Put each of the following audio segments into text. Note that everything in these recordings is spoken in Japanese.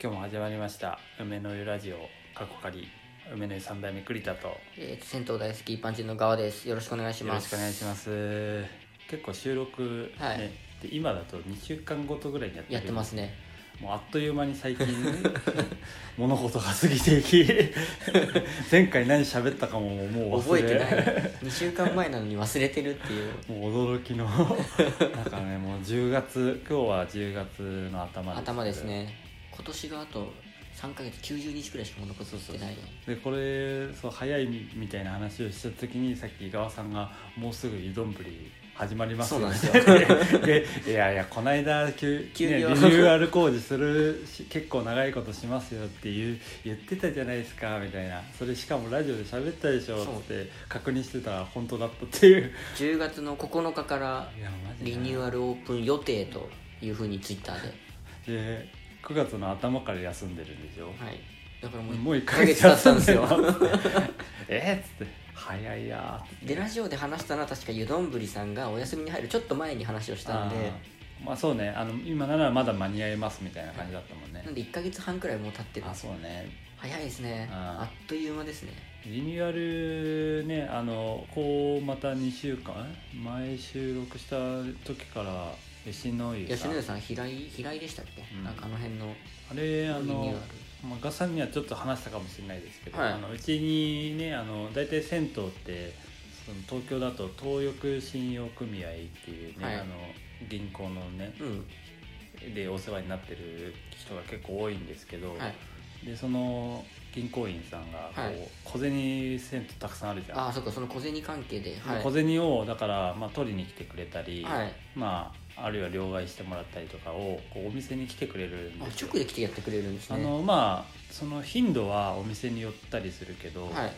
今日も始まりました梅の湯ラジオ過去仮梅の湯三代目栗田と、 銭湯大好きパンチの側です。よろしくお願いしよろします。 くお願いします。結構収録、ねはいで今だと2週間ごとぐらいにやってるやってますね。 もうあっという間に最近物事が過ぎていき前回何喋ったかももう忘れ覚えてない2週間前なのに忘れてるっていうもう驚きのなんかねもう10月今日は10月の頭ですね。今年があと3ヶ月90日くらいしかも残ってない。 でこれそう早いみたいな話をした時にさっき井川さんがもうすぐ湯丼始まりますよそうなんですよでいやこの間休リニ業ューアル工事するし結構長いことしますよって言ってたじゃないですかみたいな、それしかもラジオで喋ったでしょって確認してたら本当だったっていう 10月の9日からいやマジでリニューアルオープン予定というふうにツイッターで、 で9月の頭から休んでるんでしょ。 はい、だからももう1 1ヶヶ月月経ったんですよっつって早いやでラジオで話したのは確か湯丼さんがお休みに入るちょっと前に話をしたんで、 まあそうね、今ならまだ間に合いますみたいな感じだったもんね。 なんで1ヶ月半くらいもう経ってる。 そうね。 早いですね。あっという間ですね。 リニューアルね、こうまた2週間前収録した時から吉野湯さん平井でしたっけ、なんかあの辺のあれリニューアルガさんにはちょっと話したかもしれないですけど、 はいうちにね大体銭湯ってその東京だと東浴信用組合っていうね、 はい銀行のね、でお世話になってる人が結構多いんですけど、 はいでその銀行員さんがこう、 はい小銭銭湯たくさんあるじゃん。 そうか、その小銭関係で、はい、 小銭をだから、取りに来てくれたり、 はい、 あるいは両替してもらったりとかをこうお店に来てくれるんですよ。 直で来てやってくれるんですね。 その頻度はお店に寄ったりするけど、 はい、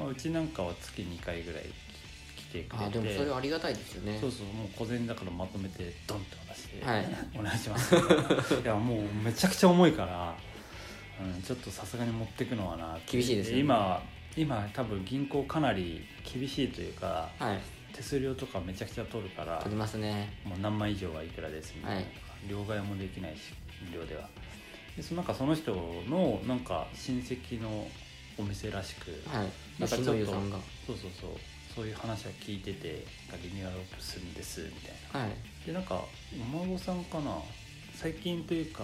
うちなんかは月2回ぐらい来てくれて、 でもそれはありがたいですよね。 そうもう小銭だからまとめてドンって渡して、 はい、 お願いしますいやもうめちゃくちゃ重いから、ちょっとさすがに持ってくのはなって厳しいですよね。 今多分銀行かなり厳しいというか、 はい、 手数料とかめちゃくちゃ取るから取りますね。 もう何万以上はいくらですみたいな、 はい、 両替もできないし無料ではでその人のなんか親戚のお店らしく、 はい、 なんかちょっと吉野湯さんがそういう話は聞いててリニューアルオープンするんですみたいな、 はい、 でなんかお孫さんかな最近というか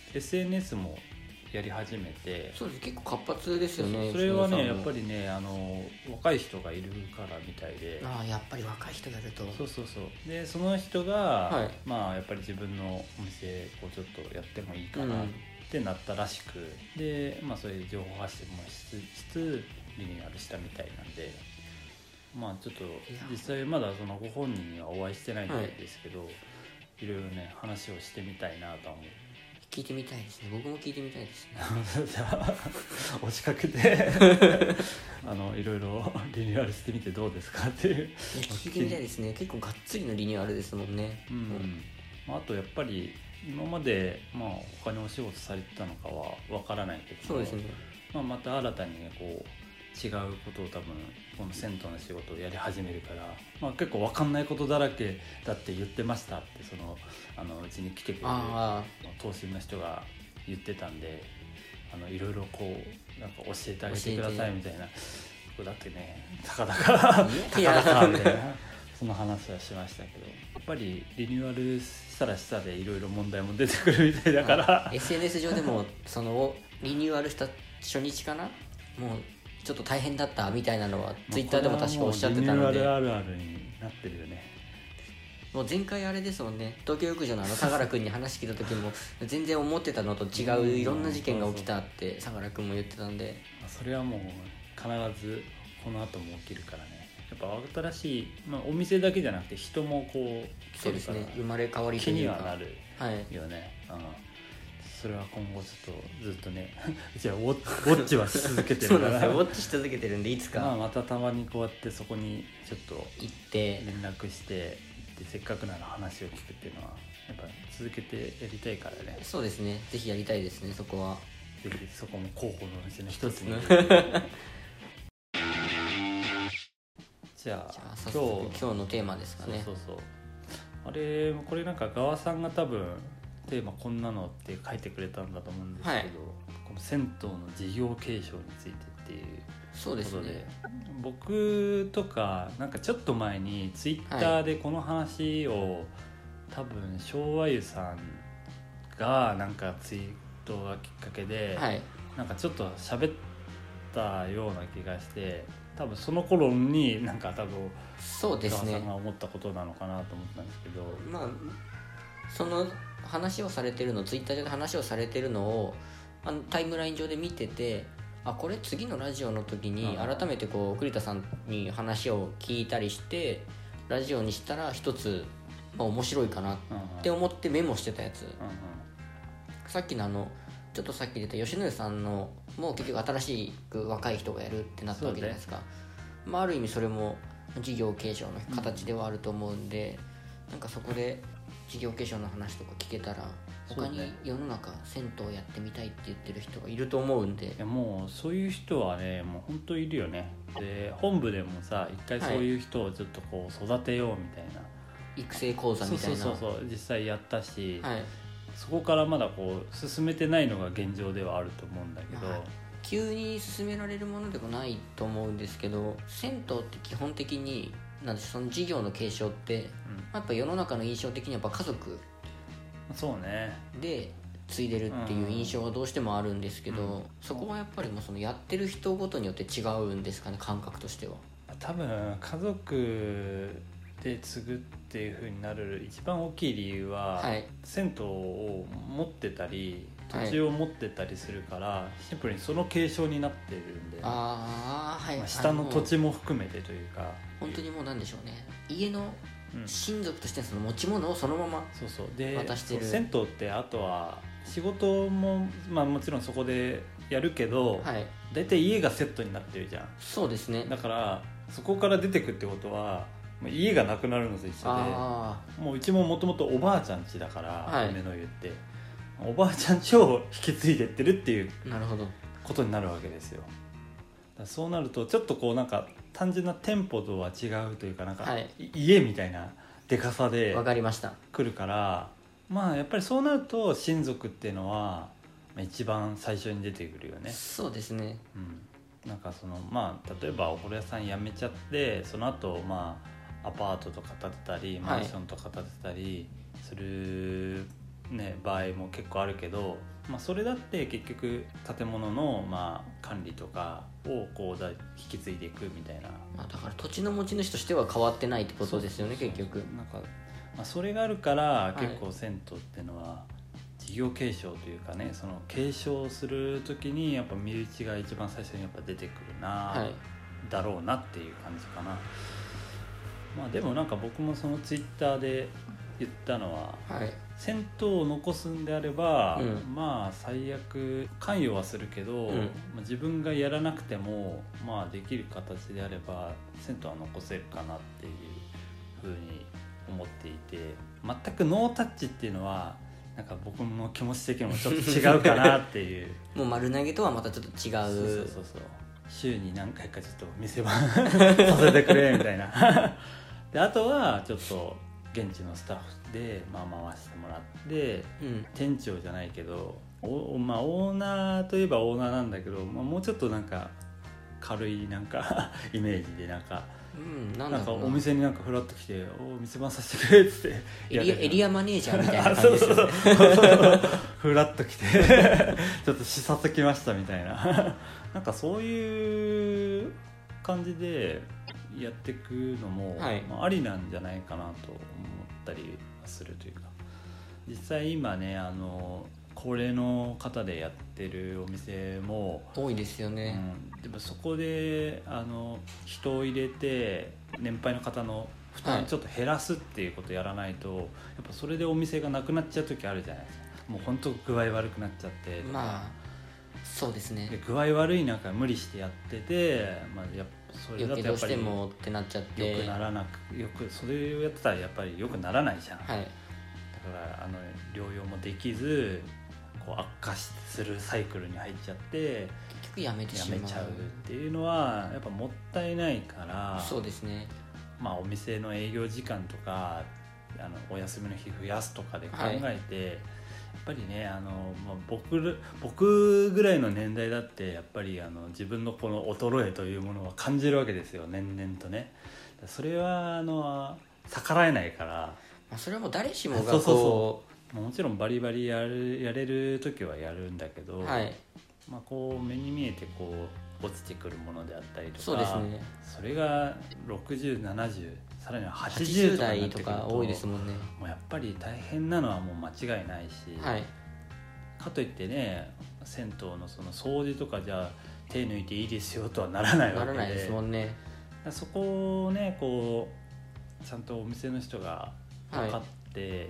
SNS もやり始めて、 そうです、結構活発ですよね。 それはね吉野湯さんもやっぱりね若い人がいるからみたいで、 やっぱり若い人やると、 そうでその人が、 はい、 やっぱり自分のお店をちょっとやってもいいかなってなったらしく、でそういう情報発信もしつつリニューアルしたみたいなんで、ちょっと実際まだそのご本人にはお会いしてないんですけど、いろいろね話をしてみたいなとは思う。 聞いてみたいですね。僕も聞いてみたいですねじゃあ押しかけていろいろリニューアルしてみてどうですかっていう聞いてみたいですね。結構がっつりのリニューアルですもんね。 あとやっぱり今まで他にお仕事されてたのかはわからないけど、 そうですね。 また新たにねこう違うことを多分この銭湯の仕事をやり始めるから、結構分かんないことだらけだって言ってましたってうちに来てくれる等身の人が言ってたんで、いろいろこうなんか教えてあげてくださいみたいな、だってねたかだかみたいなその話はしましたけど、やっぱりリニューアルしたらしたでいろいろ問題も出てくるみたいだから SNS 上でもそのリニューアルした初日かな、もうちょっと大変だったみたいなのはツイッターでも確かおっしゃってたので、 リニューアルあるあるになってるよね。 もう前回あれですもんね、東京浴場の相良君に話聞いた時も全然思ってたのと違ういろんな事件が起きたって相良君も言ってたんで、 それはもう必ずこの後も起きるからね。やっぱ新しい、お店だけじゃなくて人もこう来てるから、 そうですね、生まれ変わりと気にいうかはなるよね、それは今後ちょっとずっとねじゃあウォッチはし続けてるからそうなんですよ、ウォッチし続けてるんで、いつかまたたまにこうやってそこにちょっと行って連絡してでせっかくなら話を聞くっていうのはやっぱ続けてやりたいからね。 そうですね、ぜひやりたいですね、そこはぜひそこも候補のうちの一つにじゃあ早速今日のテーマですかね。 そうこれなんか側さんが多分テーマこんなのって書いてくれたんだと思うんですけど、 この銭湯の事業継承についてっていうそうですことで、 ね。 僕とかなんかちょっと前にツイッターでこの話を、多分昭和湯さんがなんかツイートがきっかけで、 はい、 なんかちょっと喋ったような気がして、多分その頃になんか多分そうですね。 小川さんが思ったことなのかなと思ったんですけど、 まあその話をされてるの、ツイッター上で話をされてるのをタイムライン上で見てて、これ次のラジオの時に改めてこう栗田さんに話を聞いたりしてラジオにしたら一つ、面白いかなって思ってメモしてたやつ、さっきのちょっとさっき出た吉野家さんのもう結局新しく若い人がやるってなったわけじゃないですか。ある意味それも事業継承の形ではあると思うんで、なんかそこで事業継承の話とか聞けたら他に世の中銭湯やってみたいって言ってる人がいると思うんで、 いやもうそういう人はねもう本当いるよね。で本部でもさ一回そういう人をちょっとこう育てようみたいな、 育成講座みたいな、 そう実際やったし、 はい、 そこからまだこう進めてないのが現状ではあると思うんだけど、 急に進められるものでもないと思うんですけど、銭湯って基本的になんでその事業の継承って、やっぱ世の中の印象的にはやっぱ家族そうねで継いでるっていう印象はどうしてもあるんですけど、そこはやっぱりもうそのやってる人ごとによって違うんですかね、感覚としては。 多分家族で継ぐっていう風になる一番大きい理由は、銭湯を持ってたり土地を持ってたりするから、シンプルにその継承になってるんで、下の土地も含めてというか、 本当にもうなんでしょうね、家の親族としてその持ち物をそのまま渡してる。 銭湯ってあとは仕事も、もちろんそこでやるけど、だいたい家がセットになってるじゃん。 そうですね。 だからそこから出てくってことは家がなくなるのと一緒で、もううちももともとおばあちゃん家だから、梅の湯っておばあちゃん家を引き継いでってるっていうことになるわけですよ。だそうなるとちょっとこうなんか単純な店舗とは違うというか、なんか家みたいなでかさで来るから、やっぱりそうなると親族っていうのは一番最初に出てくるよね。 そうですね、 なんかその例えばお風呂屋さん辞めちゃって、その後アパートとか建てたりマンションとか建てたりする、場合も結構あるけど、それだって結局建物の管理とかをこう引き継いでいくみたいな、 だから土地の持ち主としては変わってないってことですよね。結局なんか、それがあるから結構銭湯っていうのは事業継承というかね、その継承する時にやっぱ身内が一番最初にやっぱ出てくるな、だろうなっていう感じかな。でもなんか僕もそのツイッターで言ったのは、銭湯を残すんであれば、最悪関与はするけど、自分がやらなくてもできる形であれば銭湯は残せるかなっていうふうに思っていて、全くノータッチっていうのはなんか僕の気持ち的にもちょっと違うかなっていうもう丸投げとはまたちょっと違う。 そう週に何回かちょっと店番させてくれみたいなであとはちょっと現地のスタッフで回してもらって、店長じゃないけどオーナーといえばオーナーなんだけど、もうちょっとなんか軽いなんかイメージでなんかお店になんかフラッと来て店番させてくれっつってエリアマネージャーみたいな感じですよねフラッと来てちょっと視察来ましたみたいななんかそういう感じでやっていくのも、ありなんじゃないかなと思ったりするというか、実際今ね高齢の方でやってるお店も多いですよね、 でもそこで人を入れて年配の方の負担ちょっと減らすっていうことをやらないと、やっぱそれでお店がなくなっちゃう時あるじゃないですか。もう本当具合悪くなっちゃってそうですね。 で具合悪い中無理してやってて、それだとやっぱりもってなっちゃってよくならなくそれをやってたらやっぱりよくならないじゃん、だから療養もできずこう悪化するサイクルに入っちゃって結局やめちゃうっていうのはやっぱもったいないから。 そうですね。 お店の営業時間とかお休みの日増やすとかで考えてぱりね僕ぐらいの年代だってやっぱり自分のこの衰えというものは感じるわけですよ、年々とね。それは逆らえないから、 それはもう誰しもがそうもちろんバリバリやれる時はやるんだけど、 はい、 こう目に見えてこう落ちてくるものであったりとか、 そうですね、 それが60、70さらには80 代とか多いですもんね。 もうやっぱり大変なのはもう間違いないし、 はい、 かといってね銭湯のその掃除とかじゃあ手抜いていいですよとはならないわけで、 ならないですもんね。 そこをねこうちゃんとお店の人が分かって、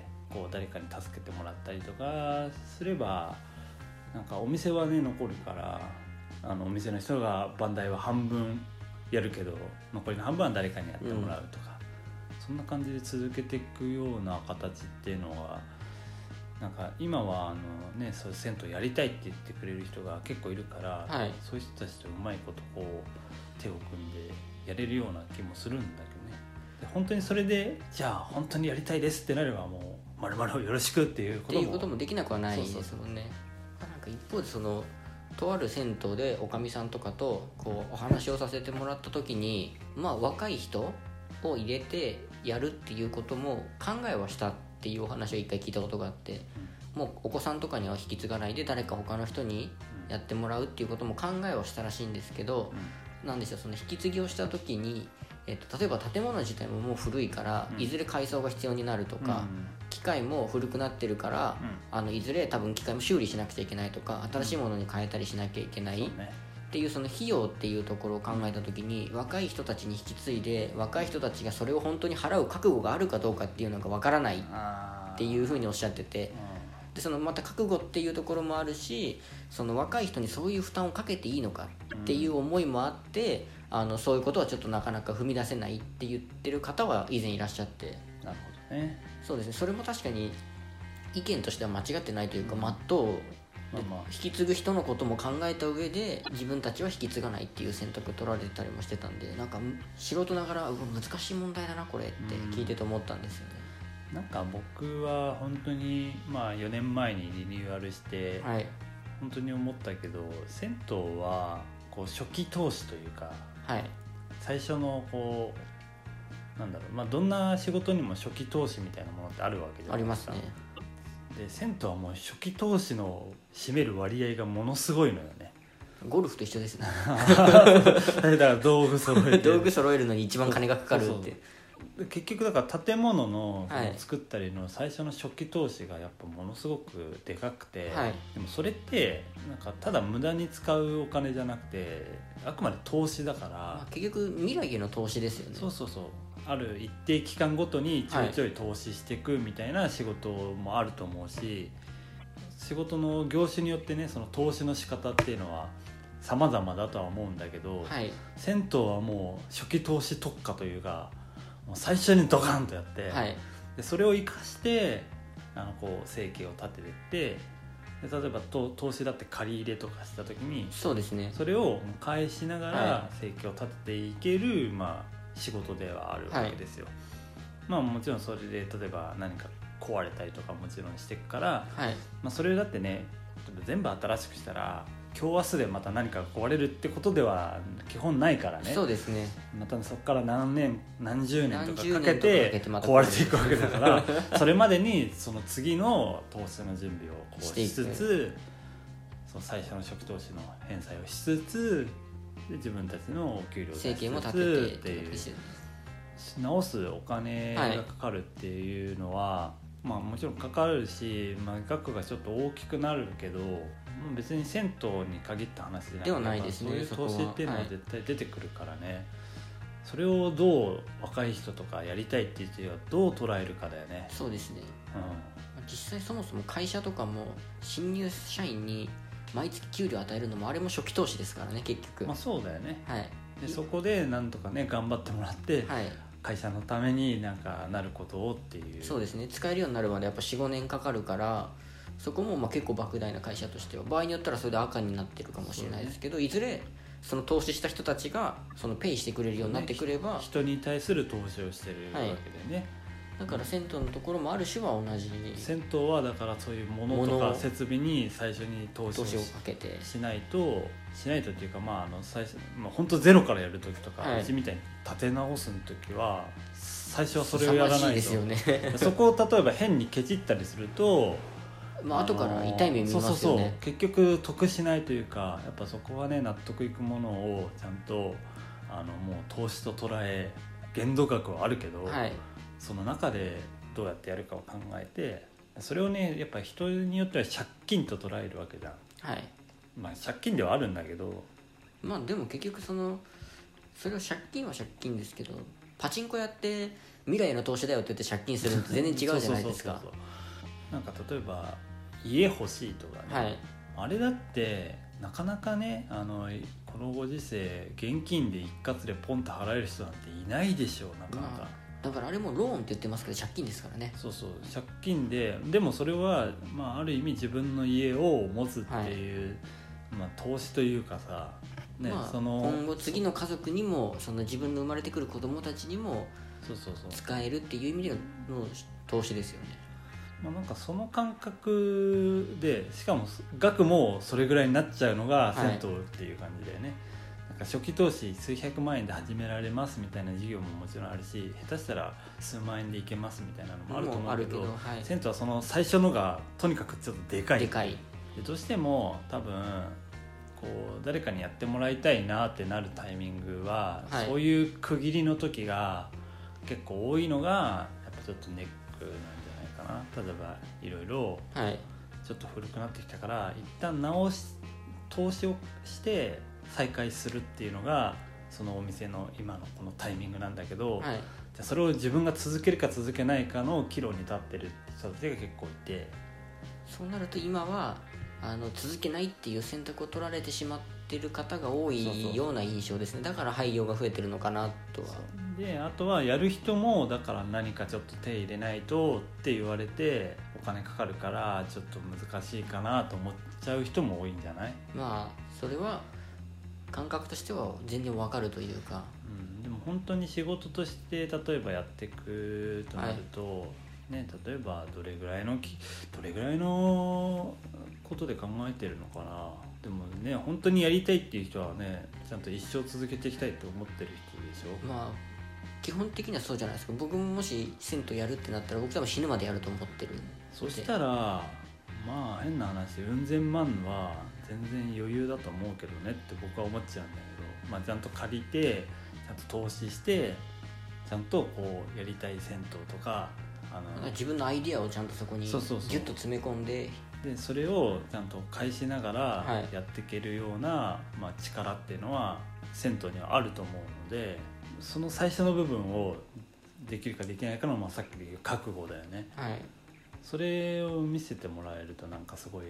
こう誰かに助けてもらったりとかすれば、なんかお店はね残るから、お店の人が番台は半分やるけど残りの半分は誰かにやってもらうとか、そんな感じで続けていくような形っていうのはなんか今はそういう銭湯やりたいって言ってくれる人が結構いるから、 はい、 そういう人たちとうまいことこう手を組んでやれるような気もするんだけどね。で本当にそれでじゃあ本当にやりたいですってなればもう丸々よろしくっていうこともできなくはないですもんね。なんか一方でとある銭湯でおかみさんとかとこうお話をさせてもらった時に、若い人を入れてやるっていうことも考えはしたっていうお話を一回聞いたことがあって、もうお子さんとかには引き継がないで誰か他の人にやってもらうっていうことも考えはしたらしいんですけど、なんでしょう、その引き継ぎをした時に、例えば建物自体ももう古いから、いずれ改装が必要になるとか、機械も古くなってるから、いずれ多分機械も修理しなくちゃいけないとか、新しいものに変えたりしなきゃいけない、っていうその費用っていうところを考えた時に、若い人たちに引き継いで若い人たちがそれを本当に払う覚悟があるかどうかっていうのがわからないっていうふうにおっしゃってて、でまた覚悟っていうところもあるし、その若い人にそういう負担をかけていいのかっていう思いもあって、そういうことはちょっとなかなか踏み出せないって言ってる方は以前いらっしゃって、 なるほどね。 そうですね、それも確かに意見としては間違ってないというか、まっとう引き継ぐ人のことも考えた上で自分たちは引き継がないっていう選択を取られてたりもしてたんで、なんか素人ながら難しい問題だなこれって聞いてて思ったんですよね。 なんか僕は本当に4年前にリニューアルして、はい、本当に思ったけど、銭湯はこう初期投資というか、はい、最初のこうなんだろう、どんな仕事にも初期投資みたいなものってあるわけじゃないですか。ありますね。で銭湯はもう初期投資の占める割合がものすごいのよね。 ゴルフと一緒ですねだから道具揃えるのに一番金がかかるって。そう結局だから建物の作ったりの最初の初期投資がやっぱものすごくでかくて、はい、でもそれってなんかただ無駄に使うお金じゃなくてあくまで投資だから、 結局未来への投資ですよね。 そうある一定期間ごとにちょいちょい投資していくみたいな仕事もあると思うし、仕事の業種によってねその投資の仕方っていうのは様々だとは思うんだけど、はい、銭湯はもう初期投資特化というかもう最初にドカンとやって、はい、でそれを生かしてこう生計を立てていって、で例えば投資だって借り入れとかした時にそうですね、 それを返しながら生計を立てていける、仕事ではあるわけですよ。はい、もちろんそれで例えば何か壊れたりとかもちろんしていくから、はい、それだってね全部新しくしたら今日明日でまた何かが壊れるってことでは基本ないからね。 そうですね。 またそこから何十年とかかけて壊れていくわけだからそれまでにその次の投資の準備をこうしつつ、その最初の初期投資の返済をしつつで自分たちのお給料を出しつつっていう直すお金がかかるっていうのは、もちろんかかるし、額がちょっと大きくなるけど別に銭湯に限った話じゃないですね。そういう投資っていうのは絶対出てくるからね、はい、それをどう若い人とかやりたいっていう人はどう捉えるかだよね。 そうですね、実際そもそも会社とかも新入社員に毎月給料与えるのもあれも初期投資ですからね結局。 そうだよね、はい、でそこでなんとかね頑張ってもらって、はい、会社のためになんかなることをっていう。 そうですね、使えるようになるまでやっぱ 4,5 年かかるから、そこも結構莫大な会社としては場合によったらそれで赤になってるかもしれないですけど、いずれその投資した人たちがそのペイしてくれるようになってくれば、 人に対する投資をしてるわけでね、 だから銭湯のところもある種は同じ。 銭湯はだからそういうものとか設備に最初に投資をかけてしないとっていうか、最初、本当ゼロからやるときとか、 はい、 うちみたいに立て直すときは最初はそれをやらないと。 ですよねそこを例えば変にケチったりすると後から痛い目見ますよね。 結局得しないというか、やっぱそこはね納得いくものをちゃんともう投資と捉え、限度額はあるけど、 はい、 その中でどうやってやるかを考えて、それをねやっぱり人によっては借金と捉えるわけじゃん。 はい、 借金ではあるんだけど、 でも結局それは借金は借金ですけど、パチンコやって未来の投資だよって言って借金するのと全然違うじゃないですか。 なんか例えば家欲しいとかね、 はい、 あれだってなかなかねこのご時世現金で一括でポンと払える人なんていないでしょう、なかなか。 だからあれもローンって言ってますけど借金ですからね。 そう借金でもそれは、ある意味自分の家を持つっていう、投資というかさ、ね、 今後次の家族にも自分の生まれてくる子供たちにも使えるっていう意味での投資ですよね。 なんかその感覚で、しかも額もそれぐらいになっちゃうのが銭湯っていう感じだよね。なんか初期投資数百万円で始められますみたいな事業ももちろんあるし、下手したら数万円でいけますみたいなのもあると思うけど、銭湯はその最初のがとにかくちょっとでかいで、どうしても多分こう誰かにやってもらいたいなってなるタイミングは、そういう区切りの時が結構多いのがやっぱちょっとネックなんじゃないかな。例えばいろいろちょっと古くなってきたから一旦投資をして再開するっていうのがそのお店の今のこのタイミングなんだけど、じゃあそれを自分が続けるか続けないかの岐路に立ってる人たちが結構いて、 そうなると今は続けないっていう選択を取られてしまってる方が多いような印象ですね。だから廃業が増えてるのかなとは。 であとはやる人もだから何かちょっと手入れないとって言われてお金かかるからちょっと難しいかなと思っちゃう人も多いんじゃない？ それは感覚としては全然わかるというか、 でも本当に仕事として例えばやっていくとなると、例えばどれぐらいのことで考えてるのかな。でもね本当にやりたいっていう人はねちゃんと一生続けていきたいと思ってる人でしょ。 基本的にはそうじゃないですか。僕ももし銭湯やるってなったら僕多分死ぬまでやると思ってる。 そしたら変な話うん千万は全然余裕だと思うけどねって僕は思っちゃうんだけど、ちゃんと借りてちゃんと投資してちゃんとこうやりたい銭湯とか自分のアイディアをちゃんとそこにギュッと詰め込んで、 それをちゃんと返しながらやっていけるような、力っていうのは銭湯にはあると思うので、その最初の部分をできるかできないかの、さっきで言う覚悟だよね。それを見せてもらえるとなんかすごい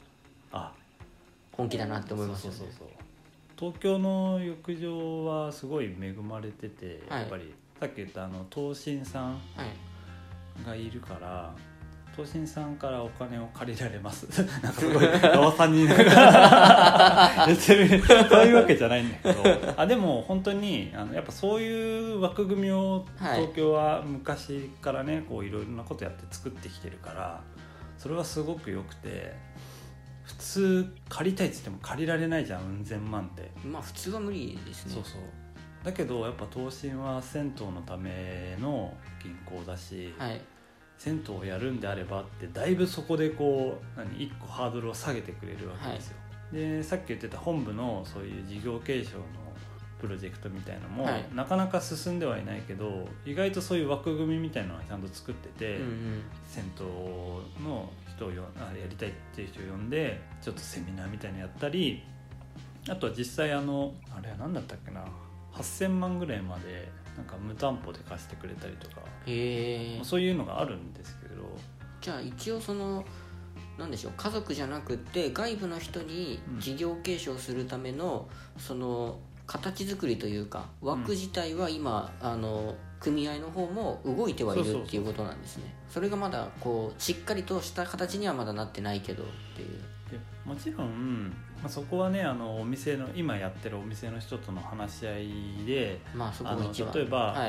本気だなって思いますよね。 東京の浴場はすごい恵まれてて、やっぱりさっき言った東進さんがいるから、東進さんからお金を借りられますなんかすごい馬場さんに言ってるそういうわけじゃないんだけどでも本当にやっぱそういう枠組みを東京は昔からねこういろいろなことやって作ってきてるから、それはすごく良くて、普通借りたいっつっても借りられないじゃん、うん千万って。 普通は無理ですね。 だけどやっぱ東進は銭湯のための銀行だし、銭湯をやるんであればってだいぶそこでこう一個ハードルを下げてくれるわけですよ。でさっき言ってた本部のそういう事業継承のプロジェクトみたいなのも、なかなか進んではいないけど、意外とそういう枠組みみたいなのはちゃんと作ってて、銭湯の人をやりたいっていう人を呼んでちょっとセミナーみたいなのやったり、あとは実際あれは何だったっけな、8000万ぐらいまでなんか無担保で貸してくれたりとか、そういうのがあるんですけど、 じゃあ一応なんでしょう、家族じゃなくって外部の人に事業継承するためのその形作りというか枠自体は今、組合の方も動いてはいるっていうことなんですね。それがまだこうしっかりとした形にはまだなってないけどっていう。 もちろん、そこはねお店の今やってるお店の人との話し合いで、 そこが一番例えば、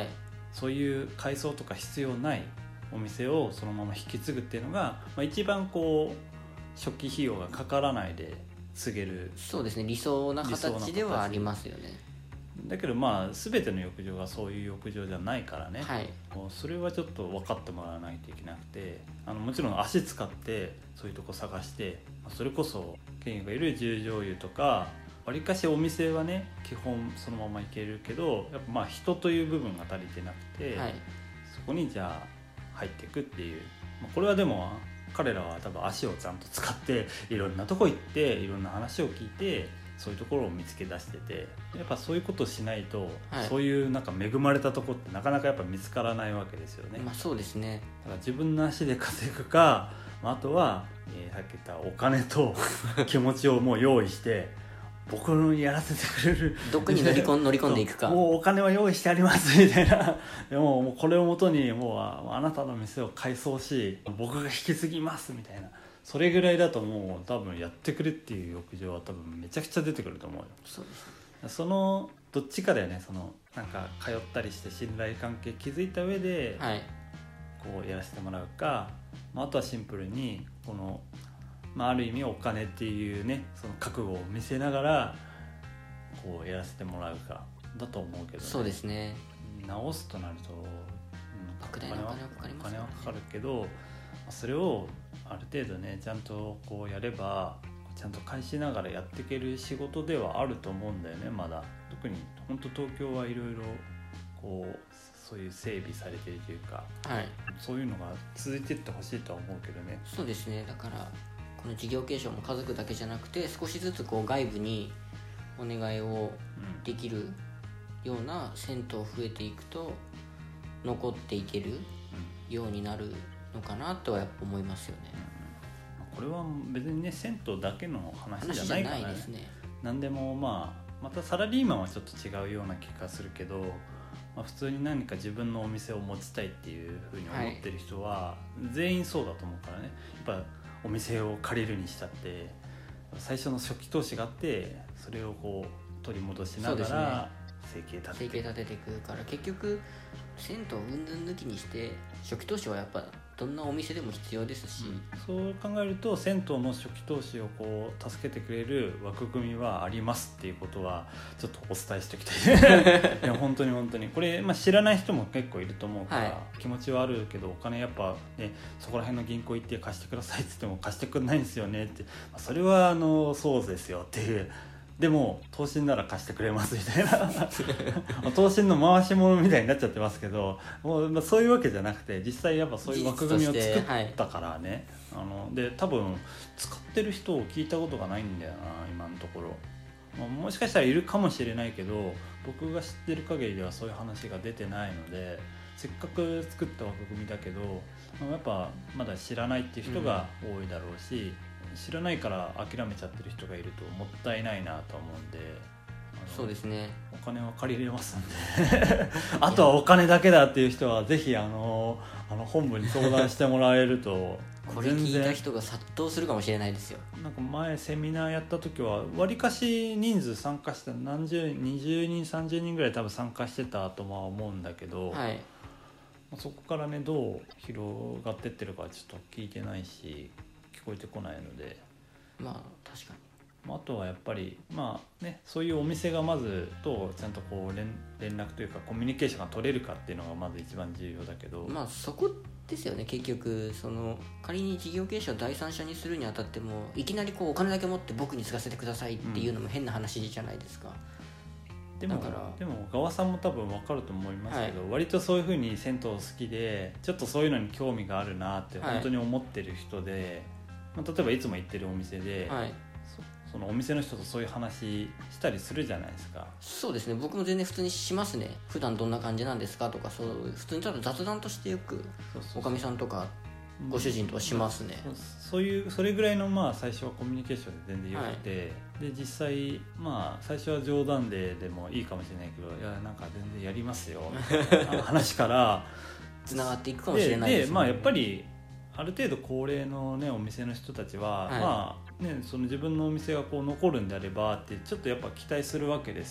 そういう改装とか必要ないお店をそのまま引き継ぐっていうのが、一番こう初期費用がかからないで継げる。 そうですね、理想な形ではありますよね。 だけど全ての浴場がそういう浴場じゃないからね、 はい、 もうそれはちょっと分かってもらわないといけなくて、もちろん足使ってそういうとこ探して、それこそケンがいる十条湯とかわりかしお店はね基本そのまま行けるけど、やっぱ人という部分が足りてなくて、 はい、 そこにじゃあ入っていくっていう、これはでも彼らは多分足をちゃんと使っていろんなとこ行っていろんな話を聞いてそういうところを見つけ出してて、やっぱそういうことをしないと、 はい、 そういうなんか恵まれたとこってなかなかやっぱ見つからないわけですよね。 そうですね。 だから自分の足で稼ぐか、あとは、さっき言ったお金と気持ちをもう用意して僕にやらせてくれるどこに乗り込んでいくかもうお金は用意してありますみたいなでもうこれをもとにもうあなたの店を改装し僕が引き継ぎますみたいな、それぐらいだともう多分やってくれっていう欲情は多分めちゃくちゃ出てくると思うよ。 そうですね、 そのどっちかだよね。そのなんか通ったりして信頼関係築いた上で、 はい、 こうやらせてもらうか、あとはシンプルにこの、ある意味お金っていうねその覚悟を見せながらこうやらせてもらうかだと思うけどね。 そうですね。 直すとなると、 莫大なお金はかかりますからね。 お金はかかるけど、それをある程度ねちゃんとこうやればちゃんと返しながらやっていける仕事ではあると思うんだよね。まだ特に本当東京はいろいろこうそういう整備されているというか、 はい、 そういうのが続いていってほしいとは思うけどね。 そうですね。だからこの事業継承も家族だけじゃなくて少しずつこう外部にお願いをできるような銭湯増えていくと残っていけるようになるのかなとはやっぱ思いますよね。 これは別にね銭湯だけの話じゃないからね。 ですね。 何でもまたサラリーマンはちょっと違うような気がするけど、普通に何か自分のお店を持ちたいっていうふうに思ってる人は全員そうだと思うからね。やっぱお店を借りるにしたって最初の初期投資があってそれをこう取り戻しながら生計立てていくから、結局銭湯うんぬん抜きにして初期投資はやっぱどんなお店でも必要ですし、 そう考えると銭湯の初期投資をこう助けてくれる枠組みはありますっていうことはちょっとお伝えしておきたいいや本当にこれ、知らない人も結構いると思うから、気持ちはあるけどお金やっぱねそこら辺の銀行行って貸してくださいって言っても貸してくれないんですよねって、それはそうですよっていう。でも投資なら貸してくれますみたいな投資の回し物みたいになっちゃってますけど、もう、そういうわけじゃなくて実際やっぱそういう枠組みを作ったからね、で多分使ってる人を聞いたことがないんだよな今のところ。もしかしたらいるかもしれないけど僕が知ってる限りではそういう話が出てないので、せっかく作った枠組みだけどやっぱまだ知らないっていう人が多いだろうし、知らないから諦めちゃってる人がいるともったいないなと思うんで、 そうですね、 お金は借りれますんであとはお金だけだっていう人はぜひ本部に相談してもらえるとこれ聞いた人が殺到するかもしれないですよ。 なんか前セミナーやった時はわりかし人数参加して20人30人ぐらい多分参加してたとは思うんだけど、 はい、 そこからねどう広がってってるかちょっと聞いてないし聞こえてこないので、 確かにあとはやっぱりそういうお店がまずとちゃんとこう連絡というかコミュニケーションが取れるかっていうのがまず一番重要だけど、 そこですよね。結局仮に事業継承を第三者にするにあたってもいきなりお金だけ持って僕に継がせてくださいっていうのも変な話じゃないですか。 でも側さんも多分分かると思いますけど、割とそういう風に銭湯好きでちょっとそういうのに興味があるなって本当に思ってる人で、例えばいつも行ってるお店で、そのお店の人とそういう話したりするじゃないですか。 そうですね、僕も全然普通にしますね。普段どんな感じなんですかとか、普通にただ雑談としてよくおかみさんとかご主人とはしますね。 それぐらいの最初はコミュニケーションで全然よくて、で実際最初は冗談でもいいかもしれないけど、いやなんか全然やりますよみたいな話からつながっていくかもしれないですね。でやっぱりある程度高齢のねお店の人たちは、その自分のお店がこう残るんであればってちょっとやっぱ期待するわけですよ。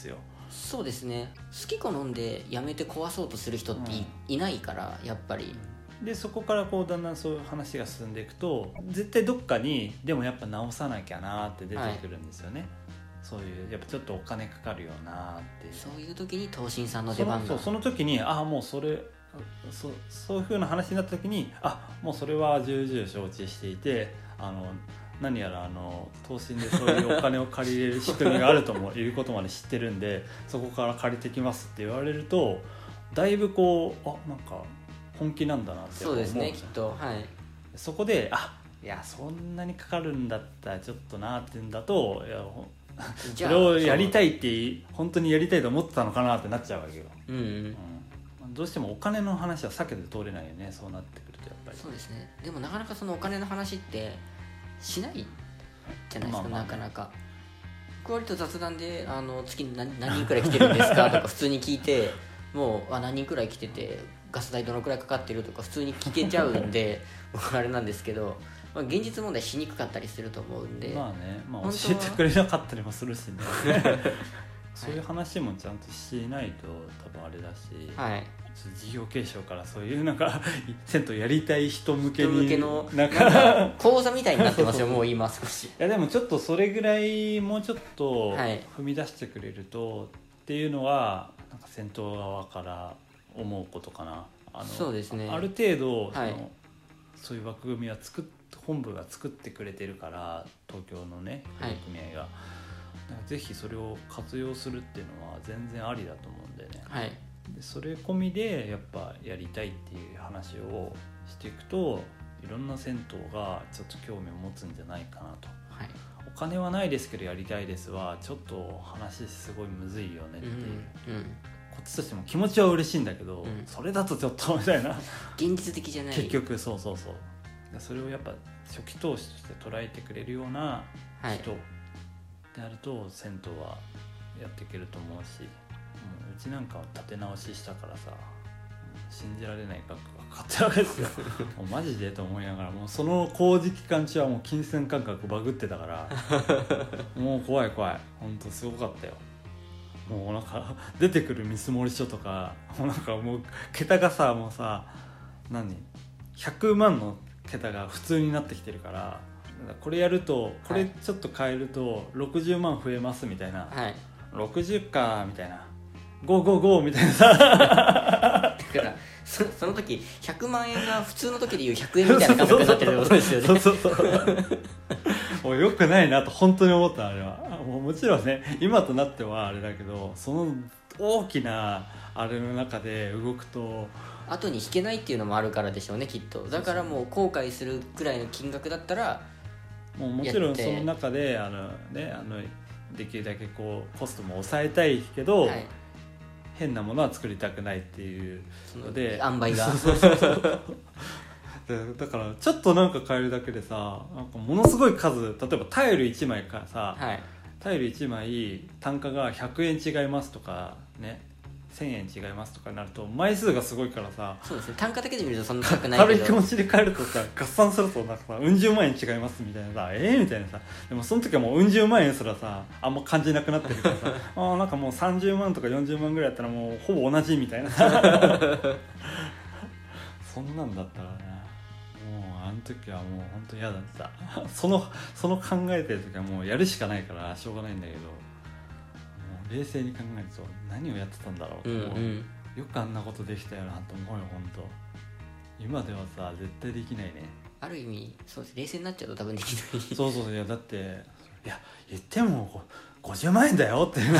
そうですね。好き好んでやめて壊そうとする人っていないからやっぱり。 でそこからこうだんだんそういう話が進んでいくと絶対どっかにでもやっぱ直さなきゃなって出てくるんですよね、そういうやっぱちょっとお金かかるよなっていう、 そういう時に東進さんの出番がその時にもうそういう風な話になった時にもうそれは重々承知していて何やら東進でそういうお金を借りれる仕組みがあるともいうことまで知ってるんでそこから借りてきますって言われるとだいぶこうなんか本気なんだなって思う。そうですね、きっと。はい。 そこでいやそんなにかかるんだったらちょっとなって言うんだとそれをやりたいって本当にやりたいと思ってたのかなってなっちゃうわけよ、どうしてもお金の話は避けて通れないよね、そうなってくるとやっぱり。 そうですね。でもなかなかそのお金の話ってしないじゃないですか、なかなか。割と雑談で月に何人くらい来てるんですかとか普通に聞いてもう何人くらい来ててガス代どのくらいかかってるとか普通に聞けちゃうんで僕あれなんですけど、現実問題しにくかったりすると思うんで、 教えてくれなかったりもするしねそういう話もちゃんとしないと多分あれだし、 はい、 事業継承からそういうなんか銭湯やりたい人向けのなんか講座みたいになってますよもう今少し。いやでもちょっとそれぐらいもうちょっと踏み出してくれるとっていうのはなんか銭湯側から思うことかな。 そうですね、 ある程度そういう枠組みは本部が作ってくれてるから東京のね組合が、ぜひそれを活用するっていうのは全然ありだと思うんでね、でそれ込みでやっぱやりたいっていう話をしていくといろんな銭湯がちょっと興味を持つんじゃないかなと、お金はないですけどやりたいですはちょっと話すごいむずいよねっていう、こっちとしても気持ちは嬉しいんだけど、それだとちょっとみたいな現実的じゃない結局そうそれをやっぱ初期投資として捉えてくれるような人であると銭湯はやっていけると思うし、うちなんかは立て直ししたからさ信じられない額がかかってるわけですよもうマジでと思いながらもうその工事期間中はもう金銭感覚バグってたからもう怖い本当すごかったよ。もうなんか出てくる見積書とかもうなんかもう桁がさもうさ100万の桁が普通になってきてるからこれやるとこれちょっと変えると60万増えますみたいな、60かみたいな555みたいなさだからその時100万円が普通の時でいう100円みたいな感覚になってるってことですよね。そうもうよくないなと本当に思った。あれはもちろんね今となってはあれだけどその大きなあれの中で動くと後に引けないっていうのもあるからでしょうねきっと。だからもう後悔するくらいの金額だったらもちろんその中でできるだけこうコストも抑えたいけど、変なものは作りたくないっていうので塩梅がだからちょっとなんか変えるだけでさなんかものすごい数例えばタイル1枚からさ、タイル1枚単価が100円違いますとかね1000円違いますとかになると枚数がすごいからさそうですね単価だけで見るとそんな高くないけど軽い気持ちで変えるとさ合算するとなんかさうん十万円違いますみたいなさみたいなさでもその時はもううん十万円すらさあんま感じなくなってるからさなんかもう30万とか40万ぐらいやったらもうほぼ同じみたいなそんなんだったらねもうあの時はもう本当嫌だったその考えてる時はもうやるしかないからしょうがないんだけど冷静に考えると何をやってたんだろう、よくあんなことできたよなと思うよ本当。今ではさ絶対できないね。 ある意味そうです冷静になっちゃうと多分できないそういやだっていや言っても50万円だよって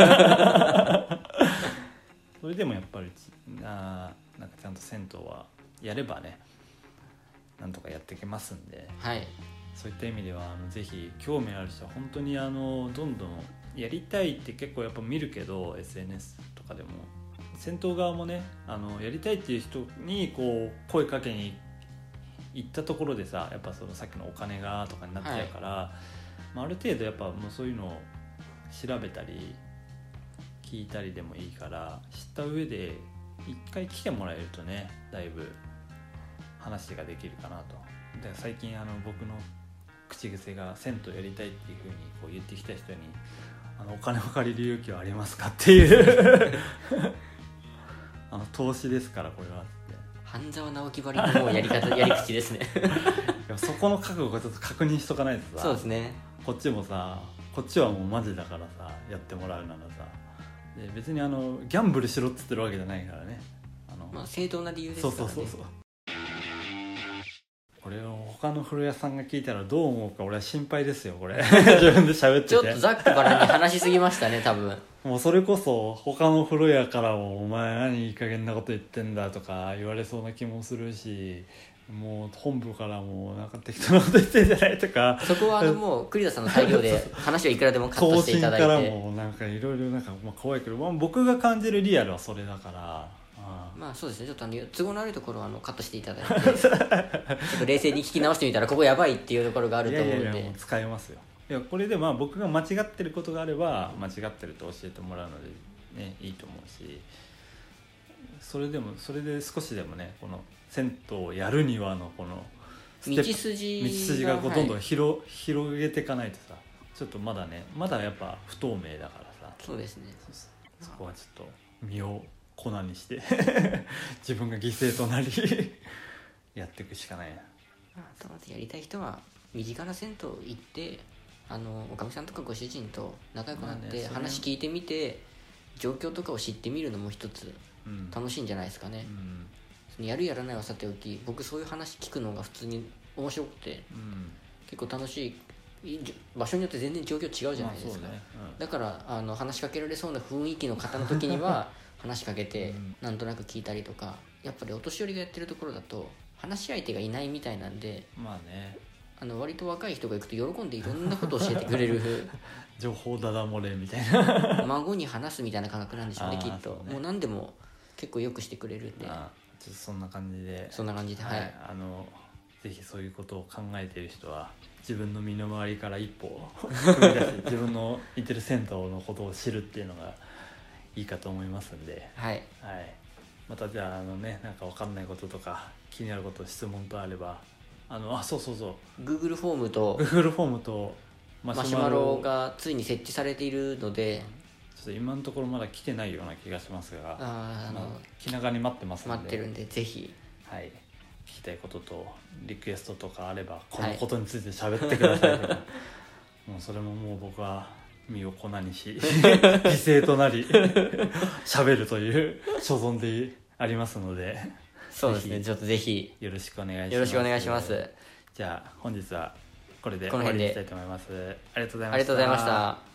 それでもやっぱりなんかちゃんと銭湯はやればねなんとかやっていけますんで、そういった意味ではぜひ興味ある人は本当にどんどんやりたいって結構やっぱ見るけど SNS とかでも銭湯側もねやりたいっていう人にこう声かけに行ったところでさやっぱそのさっきのお金がとかになっちゃうから、ある程度やっぱもうそういうのを調べたり聞いたりでもいいから知った上で一回来てもらえるとねだいぶ話ができるかなと。で最近僕の口癖が銭湯やりたいっていう風にこう言ってきた人にお金を借りる勇気はありますかっていう投資ですからこれはって半沢直樹ばりのもうやり口ですねそこの覚悟をちょっと確認しとかないとさそうですね、 こっちもさこっちはもうマジだからさやってもらうならさで別にギャンブルしろっつってるわけじゃないからねまあ正当な理由ですからね。 そうこれを他の古屋さんが聞いたらどう思うか俺は心配ですよこれ自分で喋っててちょっとざっくばらんに話しすぎましたね多分もうそれこそ他の風呂屋からもお前何いい加減なこと言ってんだとか言われそうな気もするしもう本部からもなんか適当なこと言ってんじゃないとかそこはもう栗田さんの裁量で話はいくらでもカットしていただいて更新からもなんかいろいろなんか怖いけど、僕が感じるリアルはそれだからまあそうですね、ちょっと都合の悪いところはカットしていただいてちょっと冷静に聞き直してみたらここやばいっていうところがあると思うんで。 いやもう使えますよ。いやこれで僕が間違ってることがあれば間違ってると教えてもらうので、ね、いいと思うしそれで少しでもねこの銭湯をやるにはのこの道筋がこうどんどん広げていかないとさちょっとまだやっぱ不透明だからさそうですねそこはちょっと身を粉にして自分が犠牲となりやっていくしかないな。 まずやりたい人は身近な銭湯行っておかみさんとかご主人と仲良くなって話聞いてみて状況とかを知ってみるのも一つ楽しいんじゃないですかね、やるやらないはさておき僕そういう話聞くのが普通に面白くて、結構楽しい場所によって全然状況違うじゃないですか、だから話しかけられそうな雰囲気の方の時には話しかけてなんとなく聞いたりとか、やっぱりお年寄りがやってるところだと話し相手がいないみたいなんで、割と若い人が行くと喜んでいろんなことを教えてくれる情報ダダ漏れみたいな孫に話すみたいな感覚なんでしょうねきっと、もう何でも結構よくしてくれるんで、 ちょっとそんな感じではい、 ぜひそういうことを考えている人は自分の身の回りから一歩踏み出して自分の行ってる銭湯のことを知るっていうのがいいかと思いますんで、またじゃあなんか分かんないこととか気になること質問とあればそう Google フォームとマシュマロがついに設置されているのでちょっと今のところまだ来てないような気がしますが気長に待ってますので待ってるんでぜひ聞きたいこととリクエストとかあればこのことについて喋ってくださいとか、もうそれももう僕は身を粉にし犠牲となり喋るという所存でありますので、 そうですね、ちょっとぜひよろしくお願いします。 よろしくお願いします。 じゃあ本日はこれで終わりにしたいと思います。ありがとうございました。 ありがとうございました。